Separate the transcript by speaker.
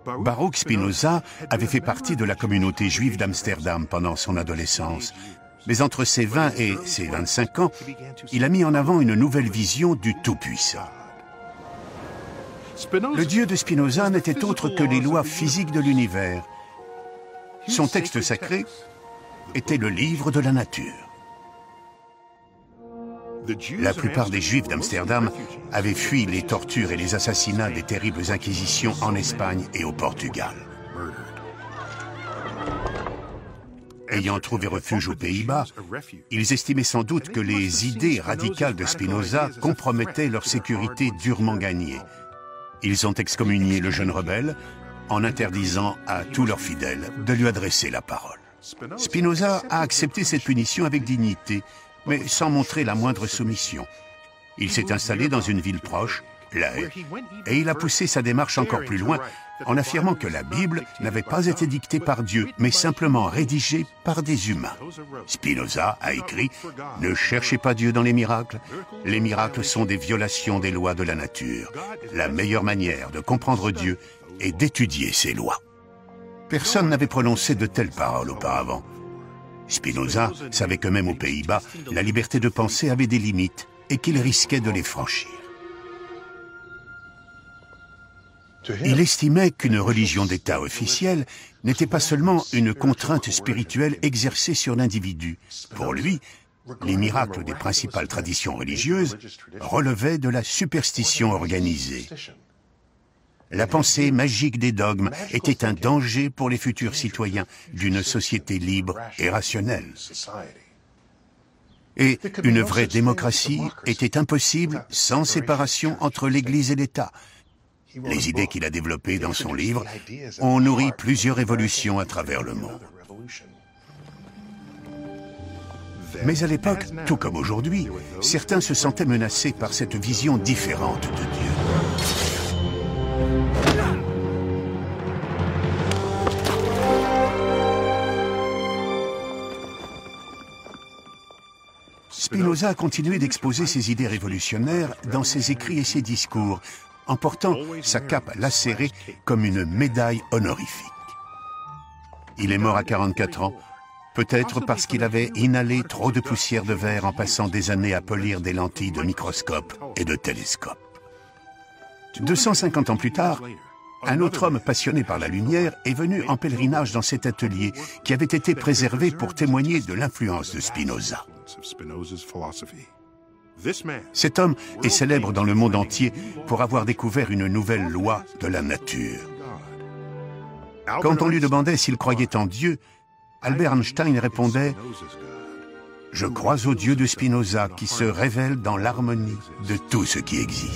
Speaker 1: Baruch Spinoza avait fait partie de la communauté juive d'Amsterdam pendant son adolescence. Mais entre ses 20 et ses 25 ans, il a mis en avant une nouvelle vision du Tout-Puissant. Le Dieu de Spinoza n'était autre que les lois physiques de l'univers. Son texte sacré était le livre de la nature. La plupart des Juifs d'Amsterdam avaient fui les tortures et les assassinats des terribles inquisitions en Espagne et au Portugal. Ayant trouvé refuge aux Pays-Bas, ils estimaient sans doute que les idées radicales de Spinoza compromettaient leur sécurité durement gagnée. Ils ont excommunié le jeune rebelle en interdisant à tous leurs fidèles de lui adresser la parole. Spinoza a accepté cette punition avec dignité, mais sans montrer la moindre soumission. Il s'est installé dans une ville proche, La Haye, et il a poussé sa démarche encore plus loin en affirmant que la Bible n'avait pas été dictée par Dieu, mais simplement rédigée par des humains. Spinoza a écrit « Ne cherchez pas Dieu dans les miracles sont des violations des lois de la nature. La meilleure manière de comprendre Dieu est d'étudier ses lois. » Personne n'avait prononcé de telles paroles auparavant. Spinoza savait que même aux Pays-Bas, la liberté de penser avait des limites et qu'il risquait de les franchir. Il estimait qu'une religion d'État officielle n'était pas seulement une contrainte spirituelle exercée sur l'individu. Pour lui, les miracles des principales traditions religieuses relevaient de la superstition organisée. La pensée magique des dogmes était un danger pour les futurs citoyens d'une société libre et rationnelle. Et une vraie démocratie était impossible sans séparation entre l'Église et l'État. Les idées qu'il a développées dans son livre ont nourri plusieurs révolutions à travers le monde. Mais à l'époque, tout comme aujourd'hui, certains se sentaient menacés par cette vision différente de Dieu. Spinoza a continué d'exposer ses idées révolutionnaires dans ses écrits et ses discours, en portant sa cape lacérée comme une médaille honorifique. Il est mort à 44 ans, peut-être parce qu'il avait inhalé trop de poussière de verre en passant des années à polir des lentilles de microscope et de télescope. 250 ans plus tard, un autre homme passionné par la lumière est venu en pèlerinage dans cet atelier qui avait été préservé pour témoigner de l'influence de Spinoza. Cet homme est célèbre dans le monde entier pour avoir découvert une nouvelle loi de la nature. Quand on lui demandait s'il croyait en Dieu, Albert Einstein répondait « Je crois au Dieu de Spinoza qui se révèle dans l'harmonie de tout ce qui existe. »